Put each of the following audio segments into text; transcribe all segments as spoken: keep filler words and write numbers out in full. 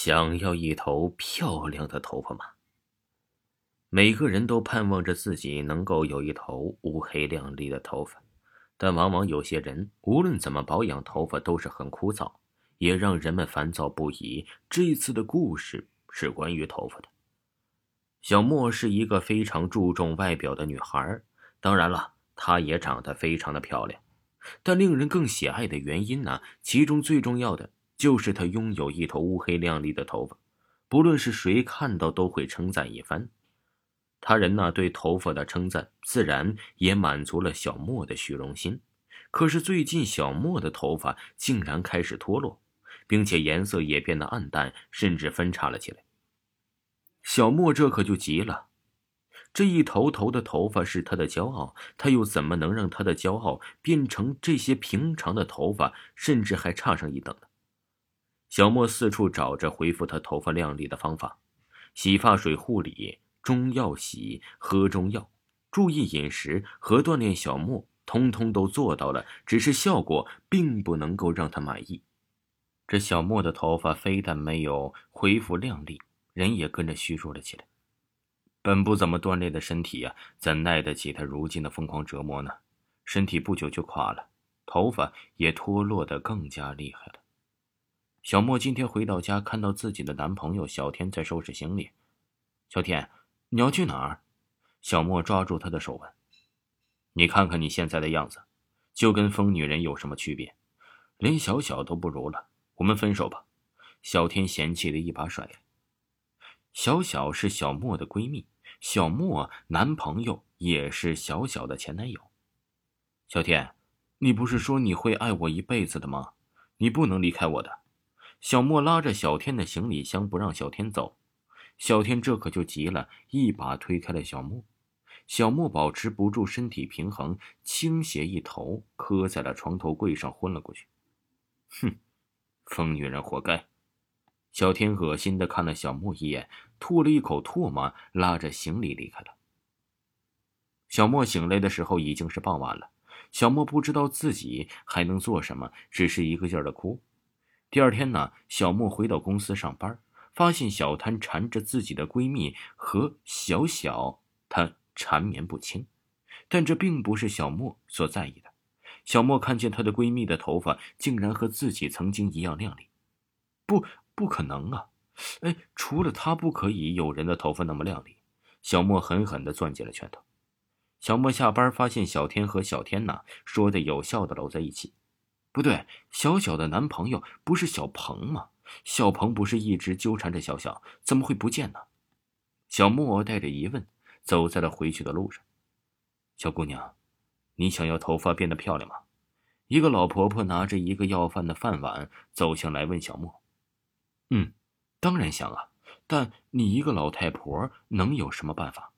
想要一头漂亮的头发吗？每个人都盼望着自己能够有一头乌黑亮丽的头发，但往往有些人无论怎么保养头发都是很枯燥，也让人们烦躁不已。这一次的故事是关于头发的。小莫是一个非常注重外表的女孩，当然了，她也长得非常的漂亮。但令人更喜爱的原因呢，其中最重要的就是她拥有一头乌黑亮丽的头发，不论是谁看到都会称赞一番。他人呢对头发的称赞，自然也满足了小莫的虚荣心。可是最近小莫的头发竟然开始脱落，并且颜色也变得暗淡，甚至分叉了起来。小莫这可就急了，这一头头的头发是他的骄傲，他又怎么能让他的骄傲变成这些平常的头发，甚至还差上一等呢？小莫四处找着恢复他头发亮丽的方法，洗发水护理、中药洗、喝中药、注意饮食和锻炼，小莫通通都做到了，只是效果并不能够让他满意。这小莫的头发非但没有恢复亮丽，人也跟着虚弱了起来。本不怎么锻炼的身体呀、啊，怎耐得起他如今的疯狂折磨呢？身体不久就垮了，头发也脱落得更加厉害了。小莫今天回到家，看到自己的男朋友小天在收拾行李。小天，你要去哪儿？小莫抓住他的手问。你看看你现在的样子，就跟疯女人有什么区别？连小小都不如了，我们分手吧。小天嫌弃的一把甩开。小小是小莫的闺蜜，小莫男朋友也是小小的前男友。小天，你不是说你会爱我一辈子的吗？你不能离开我的。小莫拉着小天的行李箱不让小天走。小天这可就急了，一把推开了小莫。小莫保持不住身体平衡，倾斜一头磕在了床头柜上，昏了过去。哼，疯女人活该。小天恶心地看了小莫一眼，吐了一口唾沫，拉着行李离开了。小莫醒来的时候已经是傍晚了，小莫不知道自己还能做什么，只是一个劲儿的哭。第二天呢，小莫回到公司上班，发现小谭缠着自己的闺蜜和小小，她缠绵不清。但这并不是小莫所在意的。小莫看见她的闺蜜的头发竟然和自己曾经一样亮丽。不不可能啊！哎，除了她不可以有人的头发那么亮丽。小莫狠狠地攥紧了拳头。小莫下班发现小天和小天呐说的有笑的搂在一起。不对，小小的男朋友不是小鹏吗？小鹏不是一直纠缠着小小，怎么会不见呢？小莫带着疑问走在了回去的路上。小姑娘，你想要头发变得漂亮吗？一个老婆婆拿着一个要饭的饭碗走向来问小莫。嗯，当然想啊，但你一个老太婆能有什么办法？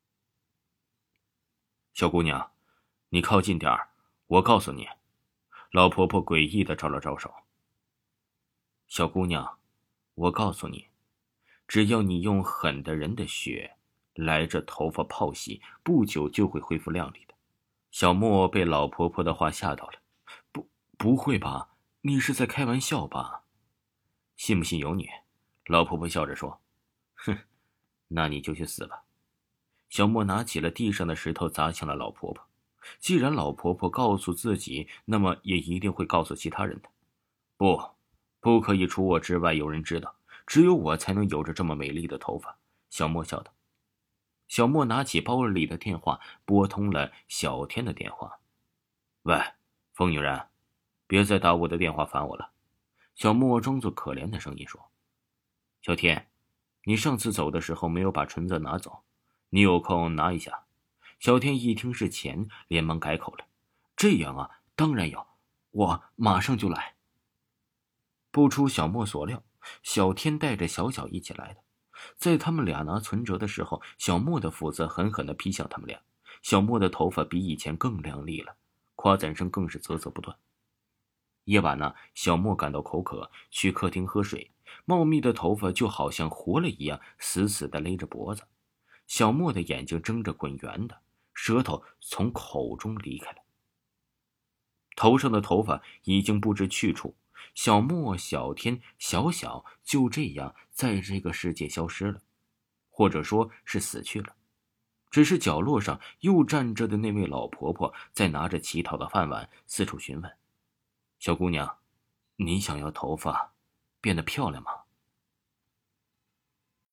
小姑娘，你靠近点儿，我告诉你。老婆婆诡异地招了招手。小姑娘，我告诉你，只要你用狠的人的血来这头发泡洗，不久就会恢复亮丽的。小莫被老婆婆的话吓到了。不，不会吧？你是在开玩笑吧？信不信由你。老婆婆笑着说。哼，那你就去死吧。小莫拿起了地上的石头砸向了老婆婆。既然老婆婆告诉自己，那么也一定会告诉其他人的。不，不可以除我之外有人知道，只有我才能有着这么美丽的头发。小莫笑道。小莫拿起包里的电话，拨通了小天的电话。喂，疯女人，别再打我的电话烦我了。小莫装作可怜的声音说。小天，你上次走的时候没有把存折拿走，你有空拿一下。小天一听是钱，连忙改口了。这样啊，当然有，我马上就来。不出小莫所料，小天带着小小一起来的。在他们俩拿存折的时候，小莫的斧子狠狠地劈向他们俩。小莫的头发比以前更亮丽了，夸赞声更是啧啧不断。夜晚呢，小莫感到口渴，去客厅喝水，茂密的头发就好像活了一样，死死地勒着脖子。小莫的眼睛睁着滚圆的，舌头从口中离开了。头上的头发已经不知去处， 小莫、小天、小小就这样在这个世界消失了，或者说是死去了。只是角落上又站着的那位老婆婆在拿着乞讨的饭碗四处询问：“小姑娘，你想要头发变得漂亮吗？”